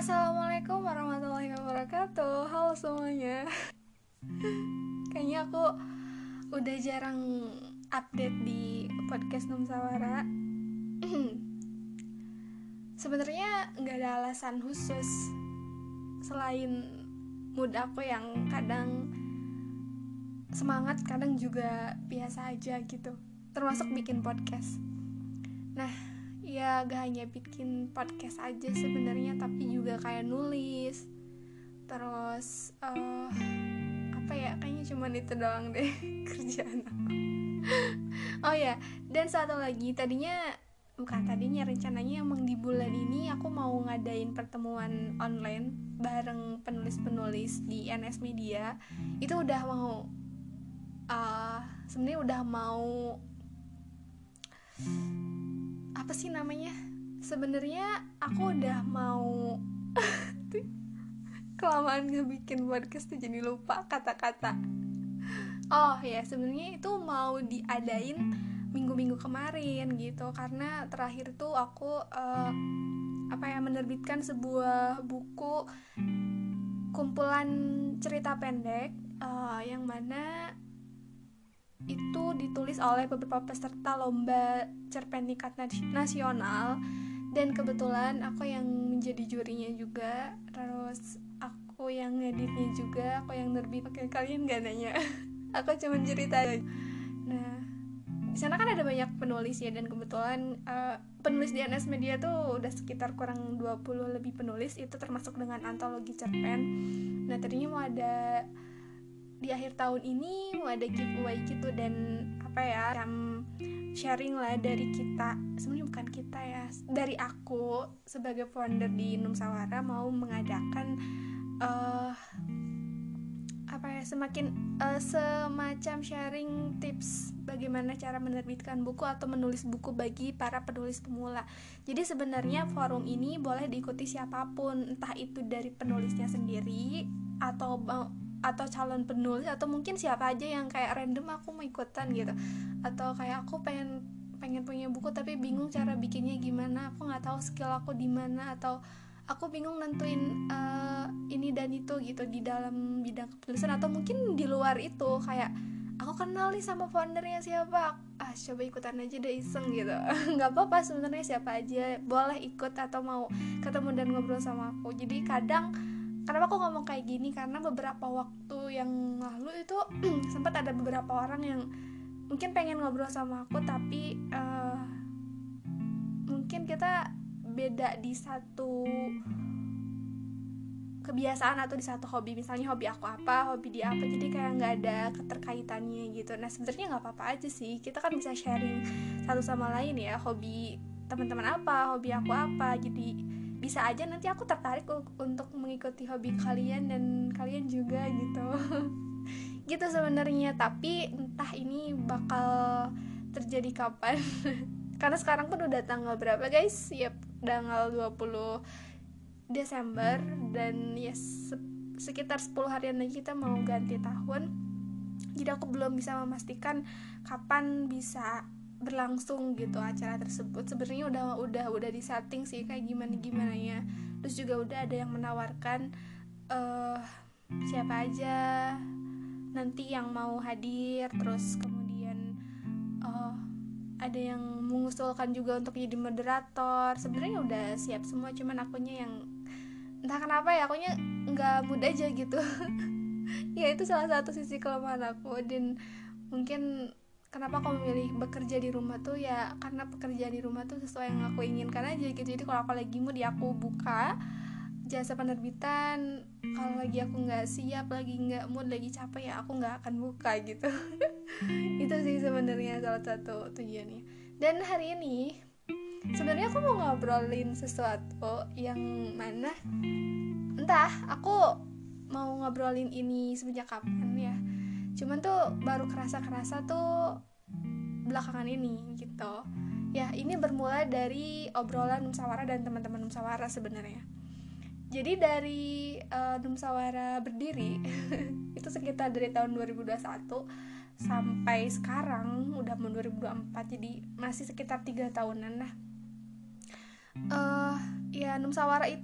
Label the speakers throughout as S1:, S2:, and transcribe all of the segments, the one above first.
S1: Assalamualaikum warahmatullahi wabarakatuh. Halo semuanya. Kayaknya aku udah jarang update di podcast Numsawara. Sebenarnya nggak ada alasan khusus selain mood aku yang kadang semangat, kadang juga biasa aja gitu. Termasuk bikin podcast. Nah, ya gak hanya bikin podcast aja sebenarnya, tapi juga kayak nulis. Terus kayaknya cuman itu doang deh kerjaan aku. Oh ya, dan satu lagi, rencananya emang di bulan ini aku mau ngadain pertemuan online bareng penulis-penulis di NS Media. Itu udah mau sebenarnya udah mau apa sih namanya? Sebenarnya aku udah mau kelamaan ngebikin podcast tuh jadi lupa kata-kata. Oh ya, sebenarnya itu mau diadain minggu-minggu kemarin gitu, karena terakhir tuh aku menerbitkan sebuah buku kumpulan cerita pendek yang mana itu ditulis oleh beberapa peserta lomba cerpen tingkat nasional, dan kebetulan aku yang menjadi jurinya juga, terus aku yang ngeditnya juga, aku yang nerbit. Oke, kalian gak nanya. Aku cuma cerita. Nah, di sana kan ada banyak penulis ya, dan kebetulan penulis di NS Media tuh udah sekitar kurang 20 lebih penulis, itu termasuk dengan antologi cerpen. Nah, tadinya mau ada di akhir tahun ini mau ada giveaway gitu, dan sharing lah dari kita, sebenarnya bukan kita ya, dari aku sebagai founder di Numsawara mau mengadakan semacam sharing tips bagaimana cara menerbitkan buku atau menulis buku bagi para penulis pemula. Jadi sebenarnya forum ini boleh diikuti siapapun, entah itu dari penulisnya sendiri atau calon penulis, atau mungkin siapa aja yang kayak random aku mau ikutan gitu, atau kayak aku pengen punya buku tapi bingung cara bikinnya gimana, aku nggak tahu skill aku di mana, atau aku bingung nentuin ini dan itu gitu di dalam bidang kepenulisan, atau mungkin di luar itu kayak aku kenal nih sama foundernya siapa, coba ikutan aja deh iseng gitu. Nggak apa-apa sebenarnya, siapa aja boleh ikut atau mau ketemu dan ngobrol sama aku. Jadi kenapa aku ngomong kayak gini, karena beberapa waktu yang lalu itu sempat ada beberapa orang yang mungkin pengen ngobrol sama aku, tapi mungkin kita beda di satu kebiasaan atau di satu hobi. Misalnya hobi aku apa, hobi dia apa, jadi kayak nggak ada keterkaitannya gitu. Nah, sebenarnya nggak apa-apa aja sih, kita kan bisa sharing satu sama lain ya, hobi teman-teman apa, hobi aku apa, jadi bisa aja nanti aku tertarik untuk mengikuti hobi kalian dan kalian juga gitu. Gitu sebenarnya, tapi entah ini bakal terjadi kapan. Karena sekarang pun udah tanggal berapa guys? Yep, tanggal 20 Desember, dan ya sekitar 10 harian lagi kita mau ganti tahun. Jadi aku belum bisa memastikan kapan bisa berlangsung gitu acara tersebut. Sebenarnya udah disetting sih kayak gimana ya. Terus juga udah ada yang menawarkan siapa aja nanti yang mau hadir, terus kemudian ada yang mengusulkan juga untuk jadi moderator. Sebenarnya udah siap semua, cuman akunya yang entah kenapa ya, akunya nggak mood aja gitu. Ya itu salah satu sisi kelemahan aku, dan mungkin kenapa aku memilih bekerja di rumah tuh ya karena pekerjaan di rumah tuh sesuai yang aku inginkan aja gitu. Jadi kalau aku lagi mood ya aku buka jasa penerbitan, kalau lagi aku nggak siap, lagi nggak mood, lagi capek, ya aku nggak akan buka gitu. Itu sih sebenarnya salah satu tujuannya. Dan hari ini sebenarnya aku mau ngobrolin sesuatu yang mana entah aku mau ngobrolin ini semenjak kapan ya, cuman tuh baru kerasa tuh belakangan ini gitu ya. Ini bermula dari obrolan Numsawara dan teman-teman Numsawara sebenarnya. Jadi dari Numsawara berdiri itu sekitar dari tahun 2021 sampai sekarang udah mau 2024, jadi masih sekitar 3 tahunan lah. Ya Numsawara itu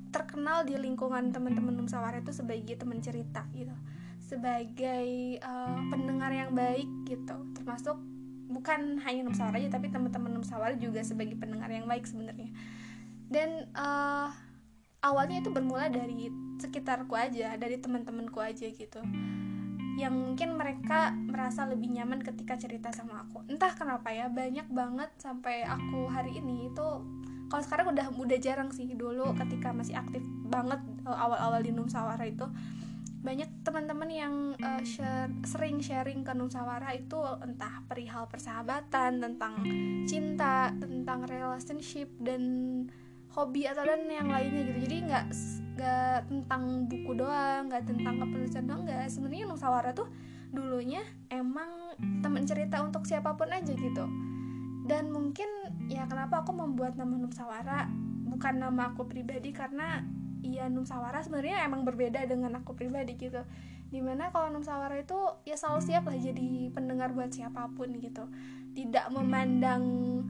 S1: terkenal di lingkungan teman-teman Numsawara itu sebagai teman cerita gitu, sebagai pendengar yang baik gitu, termasuk bukan hanya Numsawara aja tapi teman-teman Numsawara juga sebagai pendengar yang baik sebenarnya. Dan awalnya itu bermula dari sekitarku aja, dari teman-temanku aja gitu, yang mungkin mereka merasa lebih nyaman ketika cerita sama aku. Entah kenapa ya, banyak banget sampai aku hari ini itu, kalau sekarang udah jarang sih. Dulu ketika masih aktif banget awal-awal di Numsawara itu, banyak teman-teman yang sering sharing ke Numsawara itu entah perihal persahabatan, tentang cinta, tentang relationship dan hobi atau dan yang lainnya gitu. Jadi nggak tentang buku doang, nggak tentang kepenulisan doang, nggak. Sebenarnya Numsawara tuh dulunya emang teman cerita untuk siapapun aja gitu. Dan mungkin ya kenapa aku membuat nama Numsawara bukan nama aku pribadi, karena ya Numsawara sebenarnya emang berbeda dengan aku pribadi gitu. Dimana kalau Numsawara itu ya selalu siap lah jadi pendengar buat siapapun gitu, tidak memandang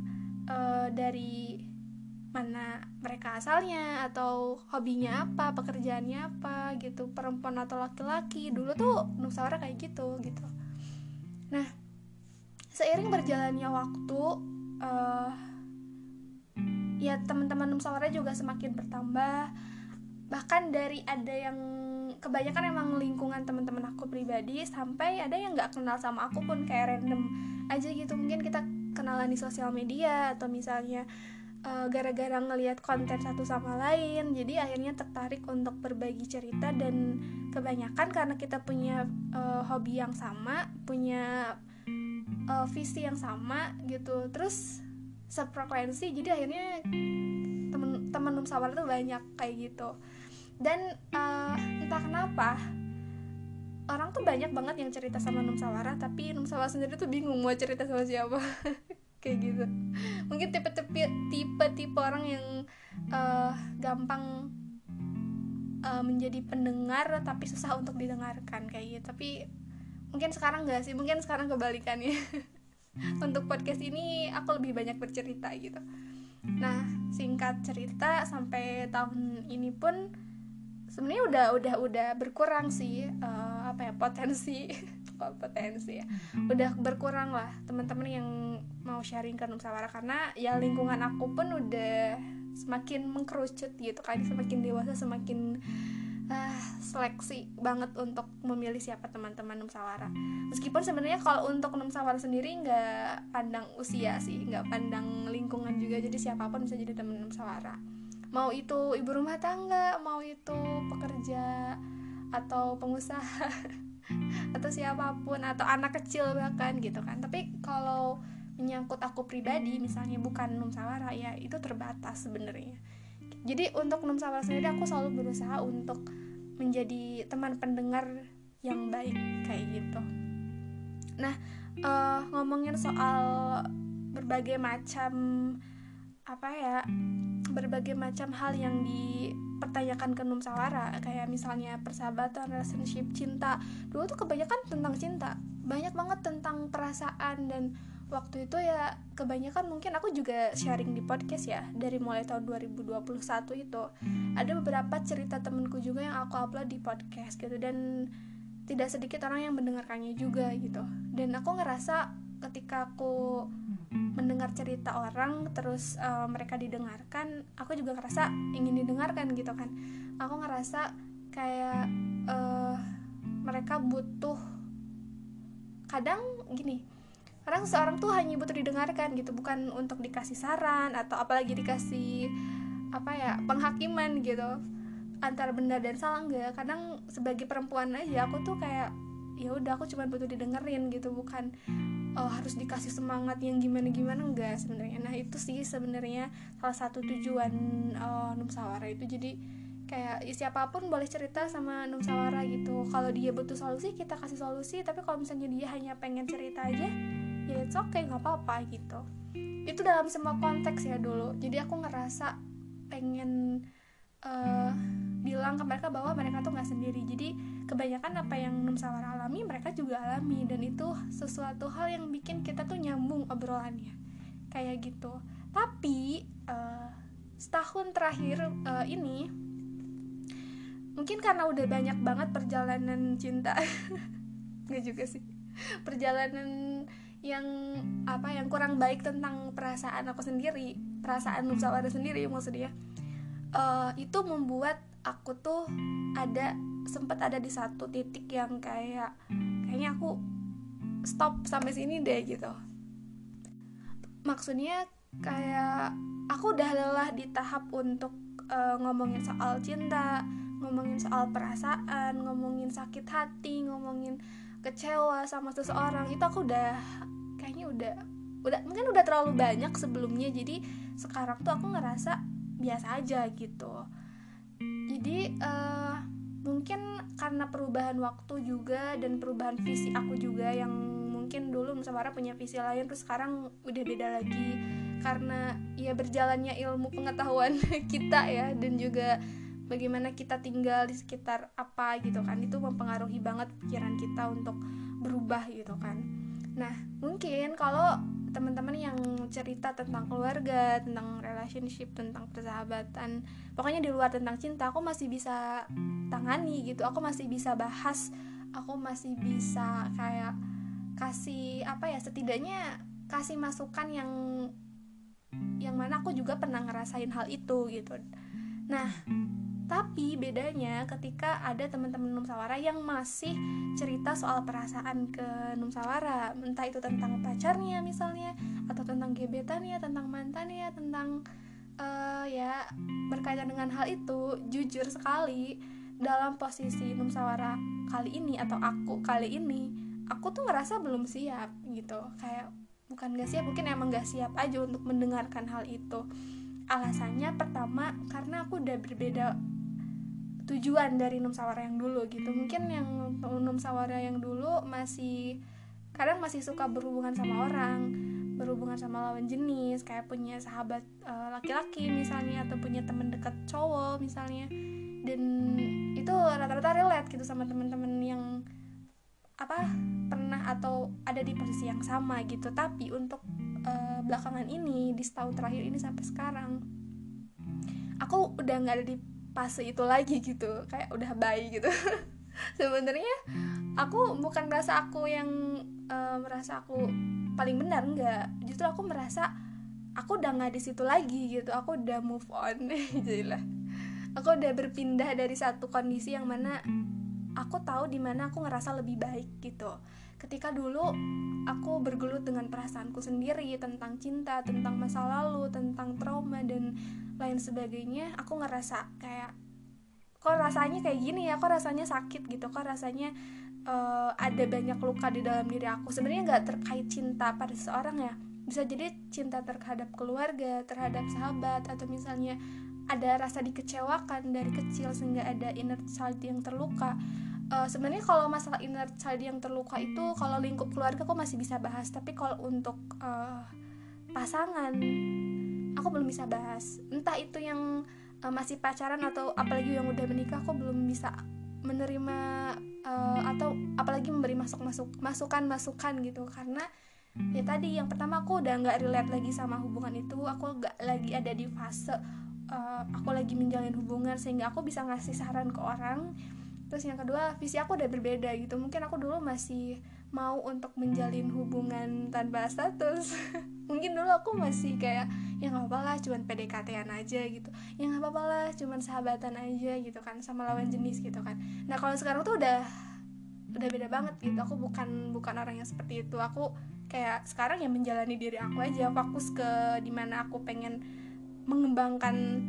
S1: dari mana mereka asalnya atau hobinya apa, pekerjaannya apa gitu, perempuan atau laki-laki. Dulu tuh Numsawara kayak gitu. Nah, seiring berjalannya waktu, ya teman-teman Numsawara juga semakin bertambah. Bahkan dari ada yang kebanyakan emang lingkungan teman-teman aku pribadi, sampai ada yang nggak kenal sama aku pun, kayak random aja gitu. Mungkin kita kenalan di sosial media atau misalnya gara-gara ngelihat konten satu sama lain, jadi akhirnya tertarik untuk berbagi cerita. Dan kebanyakan karena kita punya hobi yang sama, punya visi yang sama gitu, terus sefrekuensi, jadi akhirnya teman Numsawara tuh banyak kayak gitu. Dan entah kenapa orang tuh banyak banget yang cerita sama Numsawara, tapi Numsawara sendiri tuh bingung mau cerita sama siapa. Kayak gitu. Mungkin tipe orang yang gampang menjadi pendengar tapi susah untuk didengarkan kayak gitu. Tapi mungkin sekarang enggak sih, mungkin sekarang kebalikannya. Untuk podcast ini aku lebih banyak bercerita gitu. Nah, singkat cerita, sampai tahun ini pun sebenarnya udah berkurang sih potensi ya. Udah berkurang lah teman-teman yang mau sharing ke Numsawara, karena ya lingkungan aku pun udah semakin mengkerucut gitu kan, semakin dewasa, semakin seleksi banget untuk memilih siapa teman-teman Numsawara. Meskipun sebenarnya kalau untuk Numsawara sendiri nggak pandang usia sih, nggak pandang lingkungan juga, jadi siapapun bisa jadi teman Numsawara. Mau itu ibu rumah tangga, mau itu pekerja atau pengusaha atau siapapun, atau anak kecil bahkan gitu kan. Tapi kalau menyangkut aku pribadi, misalnya bukan Numsawara, ya itu terbatas sebenarnya. Jadi untuk Numsawara sendiri aku selalu berusaha untuk menjadi teman pendengar yang baik kayak gitu. Nah, ngomongin soal berbagai macam hal yang dipertanyakan ke Numsawara, kayak misalnya persahabatan, relationship, cinta. Dulu tuh kebanyakan tentang cinta, banyak banget tentang perasaan. Dan waktu itu ya kebanyakan mungkin aku juga sharing di podcast ya, dari mulai tahun 2021 itu ada beberapa cerita temenku juga yang aku upload di podcast gitu, dan tidak sedikit orang yang mendengarkannya juga gitu. Dan aku ngerasa ketika aku mendengar cerita orang terus mereka didengarkan, aku juga ngerasa ingin didengarkan gitu kan. Aku ngerasa kayak mereka butuh, kadang seseorang tuh hanya butuh didengarkan gitu, bukan untuk dikasih saran atau apalagi dikasih penghakiman gitu antara benar dan salah. Enggak, kadang sebagai perempuan aja aku tuh kayak ya udah, aku cuma butuh didengerin gitu, bukan harus dikasih semangat yang gimana enggak sebenarnya. Nah, itu sih sebenarnya salah satu tujuan Numsawara itu. Jadi kayak siapapun boleh cerita sama Numsawara gitu. Kalau dia butuh solusi, kita kasih solusi. Tapi kalau misalnya dia hanya pengen cerita aja, ya it's okay, nggak apa-apa gitu. Itu dalam semua konteks ya dulu. Jadi aku ngerasa pengen bilang ke mereka bahwa mereka tuh nggak sendiri. Jadi kebanyakan apa yang Numsawara alami, mereka juga alami, dan itu sesuatu hal yang bikin kita tuh nyambung obrolannya kayak gitu. Tapi setahun terakhir ini mungkin karena udah banyak banget perjalanan cinta nggak juga sih, perjalanan yang yang kurang baik tentang perasaan aku sendiri, perasaan Nusawara sendiri maksudnya. Itu membuat aku tuh sempat ada di satu titik yang kayaknya aku stop sampai sini deh gitu. Maksudnya kayak aku udah lelah di tahap untuk ngomongin soal cinta, ngomongin soal perasaan, ngomongin sakit hati, ngomongin kecewa sama seseorang. Itu aku kayaknya udah mungkin udah terlalu banyak sebelumnya. Jadi sekarang tuh aku ngerasa biasa aja gitu. Jadi mungkin karena perubahan waktu juga dan perubahan visi aku juga, yang mungkin dulu Nusawara punya visi lain terus sekarang udah beda lagi karena ya berjalannya ilmu pengetahuan kita ya, dan juga bagaimana kita tinggal di sekitar apa gitu kan, itu mempengaruhi banget pikiran kita untuk berubah gitu kan. Nah mungkin kalau teman-teman yang cerita tentang keluarga, tentang relationship, tentang persahabatan, pokoknya di luar tentang cinta, aku masih bisa tangani gitu, aku masih bisa bahas, aku masih bisa kayak kasih setidaknya kasih masukan yang mana aku juga pernah ngerasain hal itu gitu. Nah tapi bedanya ketika ada teman-teman Nusawara yang masih cerita soal perasaan ke Nusawara, entah itu tentang pacarnya misalnya, atau tentang gebetannya, tentang mantannya, tentang ya berkaitan dengan hal itu. Jujur sekali, dalam posisi Nusawara kali ini atau aku kali ini, aku tuh ngerasa belum siap gitu. Kayak bukan gak siap, mungkin emang gak siap aja untuk mendengarkan hal itu. Alasannya pertama karena aku udah berbeda tujuan dari Nusawara yang dulu gitu. Mungkin yang Nusawara yang dulu kadang masih suka berhubungan sama orang, berhubungan sama lawan jenis, kayak punya sahabat laki-laki misalnya, atau punya teman dekat cowok misalnya, dan itu rata-rata relate gitu sama teman-teman yang pernah atau ada di posisi yang sama gitu. Tapi untuk belakangan ini, di setahun terakhir ini sampai sekarang, aku udah nggak ada di fase itu lagi gitu, kayak udah bye gitu. Sebenarnya aku bukan merasa aku yang merasa aku paling benar, enggak, justru aku merasa aku udah nggak di situ lagi gitu, aku udah move on. Jadilah aku udah berpindah dari satu kondisi yang mana aku tahu di mana aku ngerasa lebih baik gitu. Ketika dulu aku bergelut dengan perasaanku sendiri tentang cinta, tentang masa lalu, tentang trauma dan lain sebagainya, aku ngerasa kayak kok rasanya kayak gini ya, kok rasanya sakit gitu, kok rasanya ada banyak luka di dalam diri aku. Sebenarnya nggak terkait cinta pada seseorang ya, bisa jadi cinta terhadap keluarga, terhadap sahabat, atau misalnya ada rasa dikecewakan dari kecil sehingga ada inner child yang terluka. Sebenarnya kalau masalah inner child yang terluka itu, kalau lingkup keluarga aku masih bisa bahas, tapi kalau untuk pasangan aku belum bisa bahas. Entah itu yang masih pacaran atau apalagi yang udah menikah, aku belum bisa menerima atau apalagi memberi masukan gitu, karena ya tadi yang pertama aku udah nggak relate lagi sama hubungan itu, aku nggak lagi ada di fase aku lagi menjalin hubungan sehingga aku bisa ngasih saran ke orang. Terus yang kedua, visi aku udah berbeda gitu. Mungkin aku dulu masih mau untuk menjalin hubungan tanpa status. Mungkin dulu aku masih kayak ya nggak apa-apa lah, cuman PDKT-an aja gitu. Ya nggak apa-apa lah, cuman sahabatan aja gitu kan, sama lawan jenis gitu kan. Nah kalau sekarang tuh udah beda banget gitu. Aku bukan orang yang seperti itu. Aku kayak sekarang ya menjalani diri aku aja, fokus ke dimana aku pengen mengembangkan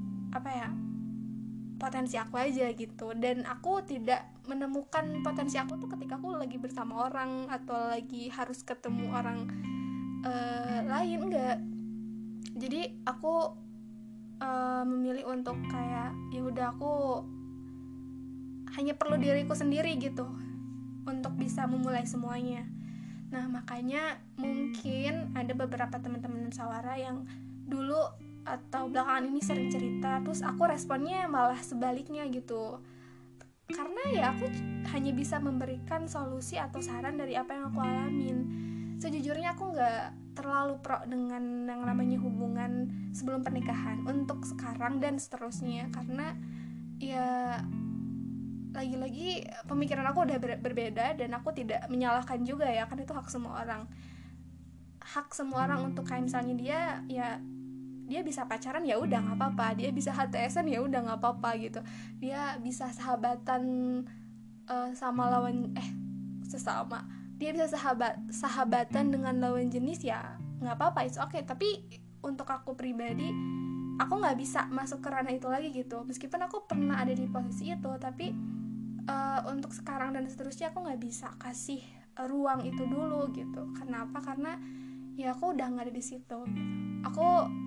S1: potensi aku aja gitu. Dan aku tidak menemukan potensi aku tuh ketika aku lagi bersama orang atau lagi harus ketemu orang lain, enggak. Jadi aku memilih untuk kayak ya udah, aku hanya perlu diriku sendiri gitu untuk bisa memulai semuanya. Nah makanya mungkin ada beberapa teman-teman Nusawara yang dulu atau belakangan ini sering cerita, terus aku responnya malah sebaliknya gitu, karena ya aku hanya bisa memberikan solusi atau saran dari apa yang aku alamin. Sejujurnya aku nggak terlalu pro dengan yang namanya hubungan sebelum pernikahan untuk sekarang dan seterusnya, karena ya lagi-lagi pemikiran aku udah berbeda, dan aku tidak menyalahkan juga ya, kan itu hak semua orang. Hak semua orang untuk kayak misalnya dia bisa pacaran ya udah nggak apa-apa, dia bisa HTSan ya udah nggak apa-apa gitu, dia bisa sahabatan sama lawan sesama, dia bisa sahabatan dengan lawan jenis ya nggak apa-apa, it's okay. Tapi untuk aku pribadi, aku nggak bisa masuk ke ranah itu lagi gitu, meskipun aku pernah ada di posisi itu, tapi untuk sekarang dan seterusnya aku nggak bisa kasih ruang itu dulu gitu. Kenapa? Karena ya aku udah nggak ada di situ gitu. Aku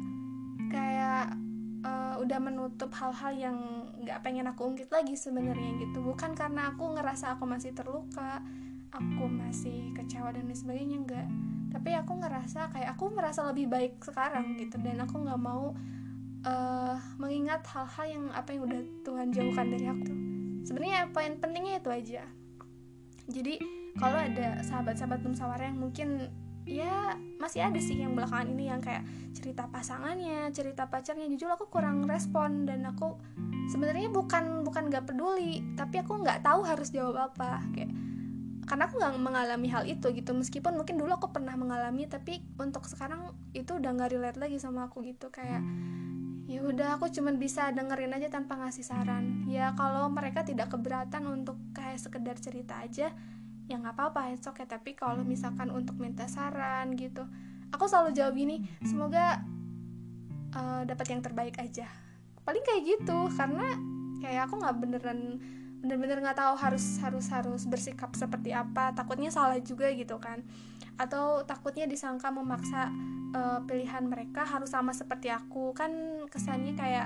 S1: kayak udah menutup hal-hal yang nggak pengen aku ungkit lagi sebenarnya gitu. Bukan karena aku ngerasa aku masih terluka, aku masih kecewa dan lain sebagainya, enggak. Tapi aku ngerasa kayak aku merasa lebih baik sekarang gitu, dan aku nggak mau mengingat hal-hal yang yang udah Tuhan jauhkan dari aku. Sebenarnya poin pentingnya itu aja. Jadi kalau ada sahabat-sahabat musyawarah yang mungkin ya masih ada sih yang belakangan ini yang kayak cerita pasangannya, cerita pacarnya, jujur aku kurang respon, dan aku sebenarnya bukan nggak peduli, tapi aku nggak tahu harus jawab apa, kayak karena aku nggak mengalami hal itu gitu. Meskipun mungkin dulu aku pernah mengalami, tapi untuk sekarang itu udah nggak relate lagi sama aku gitu. Kayak ya udah, aku cuma bisa dengerin aja tanpa ngasih saran. Ya kalau mereka tidak keberatan untuk kayak sekedar cerita aja, ya nggak apa-apa, it's okay. Tapi kalau misalkan untuk minta saran gitu, aku selalu jawab gini, semoga dapat yang terbaik aja, paling kayak gitu. Karena kayak aku nggak bener-bener nggak tahu harus bersikap seperti apa, takutnya salah juga gitu kan, atau takutnya disangka memaksa pilihan mereka harus sama seperti aku, kan kesannya kayak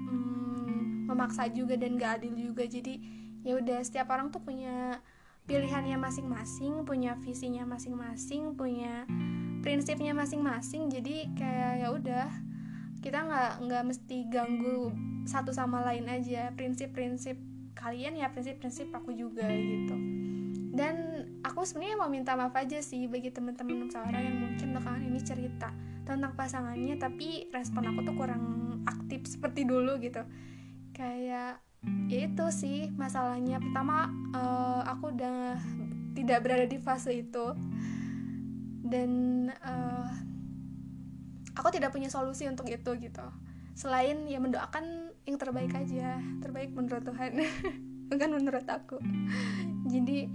S1: memaksa juga dan gak adil juga. Jadi ya udah, setiap orang tuh punya pilihannya masing-masing, punya visinya masing-masing, punya prinsipnya masing-masing. Jadi kayak ya udah, kita nggak mesti ganggu satu sama lain aja. Prinsip-prinsip kalian ya prinsip-prinsip aku juga gitu. Dan aku sebenarnya mau minta maaf aja sih bagi teman-teman musyawarah yang mungkin belakangan ini cerita tentang pasangannya, tapi respon aku tuh kurang aktif seperti dulu gitu. Kayak ya itu sih masalahnya. Pertama, aku udah tidak berada di fase itu, dan aku tidak punya solusi untuk itu gitu, selain ya mendoakan yang terbaik aja, terbaik menurut Tuhan bukan menurut aku. Jadi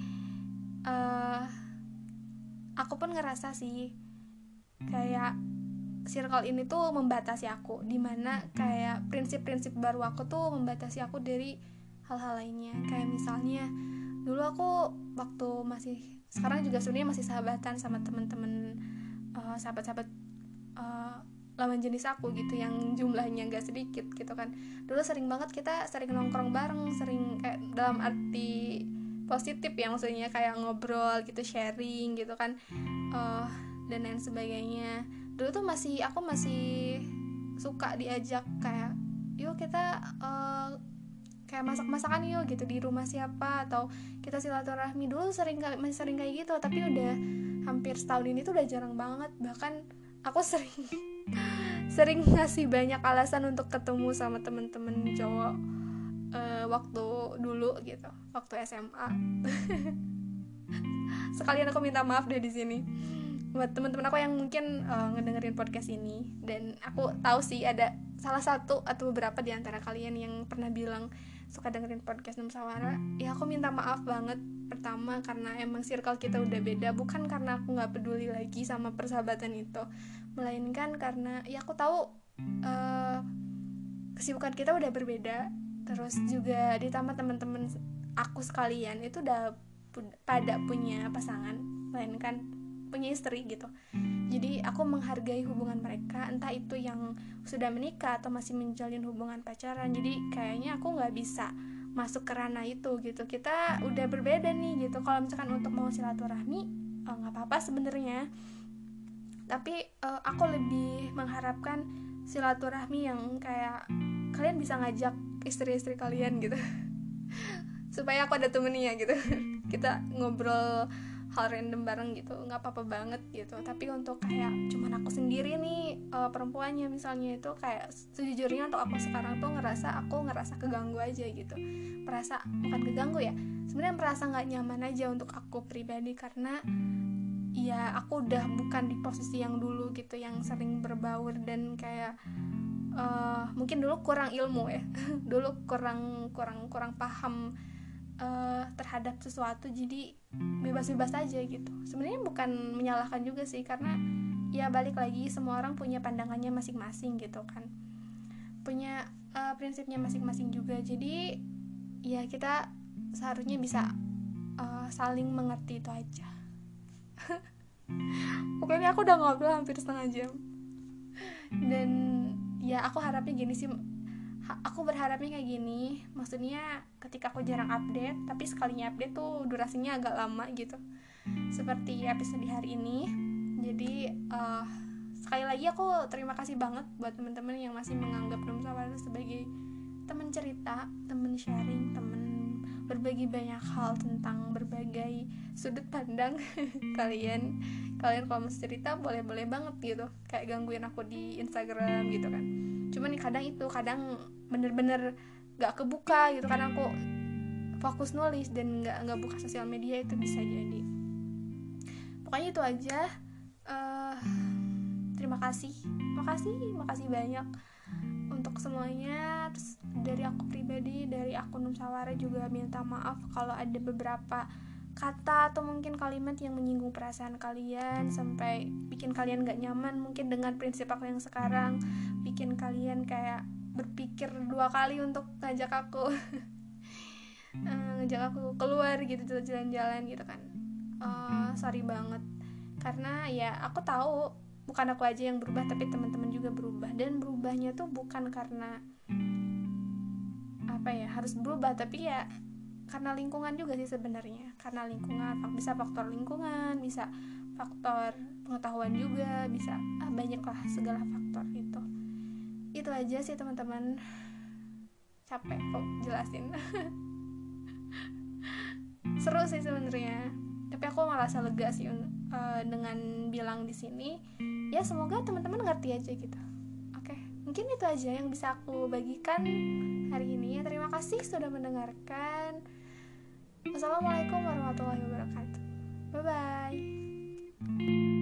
S1: aku pun ngerasa sih kayak circle ini tuh membatasi aku, dimana kayak prinsip-prinsip baru aku tuh membatasi aku dari hal-hal lainnya. Kayak misalnya dulu aku waktu masih, sekarang juga sebenarnya masih sahabatan sama temen-temen sahabat-sahabat lawan jenis aku gitu, yang jumlahnya gak sedikit gitu kan. Dulu sering banget kita sering nongkrong bareng, sering kayak dalam arti positif ya, maksudnya kayak ngobrol gitu, sharing gitu kan, dan lain sebagainya. Dulu tuh aku masih suka diajak kayak yuk kita kayak masak-masakan yuk gitu di rumah siapa, atau kita silaturahmi. Dulu masih sering kayak gitu, tapi udah hampir setahun ini tuh udah jarang banget. Bahkan aku sering ngasih banyak alasan untuk ketemu sama temen-temen cowok waktu dulu gitu, waktu SMA. Sekalian aku minta maaf deh di sini buat teman-teman aku yang mungkin ngedengerin podcast ini. Dan aku tahu sih ada salah satu atau beberapa di antara kalian yang pernah bilang suka dengerin podcast Musyawarah. Ya aku minta maaf banget. Pertama karena emang circle kita udah beda, bukan karena aku gak peduli lagi sama persahabatan itu, melainkan karena ya aku tahu kesibukan kita udah berbeda. Terus juga ditambah teman-teman aku sekalian itu udah pada punya pasangan, melainkan punya istri gitu. Jadi aku menghargai hubungan mereka, entah itu yang sudah menikah atau masih menjalin hubungan pacaran. Jadi kayaknya aku gak bisa masuk ke ranah itu gitu. Kita udah berbeda nih gitu. Kalau misalkan untuk mau silaturahmi gak apa-apa sebenarnya, tapi aku lebih mengharapkan silaturahmi yang kayak kalian bisa ngajak istri-istri kalian gitu supaya aku ada temennya gitu. Kita ngobrol hal random bareng gitu, nggak apa-apa banget gitu. Tapi untuk kayak cuman aku sendiri nih perempuannya misalnya, itu kayak sejujurnya untuk aku sekarang tuh ngerasa keganggu aja gitu, merasa bukan keganggu ya, sebenarnya merasa nggak nyaman aja untuk aku pribadi, karena ya aku udah bukan di posisi yang dulu gitu, yang sering berbaur dan kayak mungkin dulu kurang ilmu ya dulu kurang paham terhadap sesuatu, jadi bebas-bebas aja gitu. Sebenarnya bukan menyalahkan juga sih, karena ya balik lagi semua orang punya pandangannya masing-masing gitu kan, punya prinsipnya masing-masing juga. Jadi ya kita seharusnya bisa saling mengerti, itu aja. Oke, ini aku udah ngobrol hampir setengah jam, dan ya aku harapnya gini sih, aku berharapnya kayak gini, maksudnya ketika aku jarang update, tapi sekalinya update tuh durasinya agak lama gitu, seperti episode hari ini. Jadi sekali lagi aku terima kasih banget buat teman-teman yang masih menganggap Num Sawara sebagai teman cerita, teman sharing, teman berbagi banyak hal tentang berbagai sudut pandang. kalian kalau mau cerita boleh banget gitu, kayak gangguin aku di Instagram gitu kan. Cuman kadang bener-bener gak kebuka gitu, karena aku fokus nulis dan gak buka sosial media, itu bisa jadi. Pokoknya itu aja. Terima kasih banyak untuk semuanya. Terus dari aku pribadi, dari akun Num Sawara juga minta maaf kalau ada beberapa kata atau mungkin kalimat yang menyinggung perasaan kalian sampai bikin kalian gak nyaman mungkin dengan prinsip aku yang sekarang, bikin kalian kayak berpikir 2 kali untuk ngajak aku keluar gitu, jalan-jalan gitu kan. Sorry banget, karena ya aku tahu bukan aku aja yang berubah, tapi teman-teman juga berubah, dan berubahnya tuh bukan karena apa ya harus berubah, tapi ya karena lingkungan juga sih sebenarnya. Karena lingkungan, bisa faktor lingkungan, bisa faktor pengetahuan juga, bisa banyak lah segala faktor itu. Itu aja sih teman-teman, capek kok jelasin. Seru sih sebenarnya, tapi aku merasa lega sih dengan bilang di sini. Ya semoga teman-teman ngerti aja gitu. Oke, mungkin itu aja yang bisa aku bagikan hari ini. Terima kasih sudah mendengarkan. Wassalamualaikum warahmatullahi wabarakatuh. Bye bye.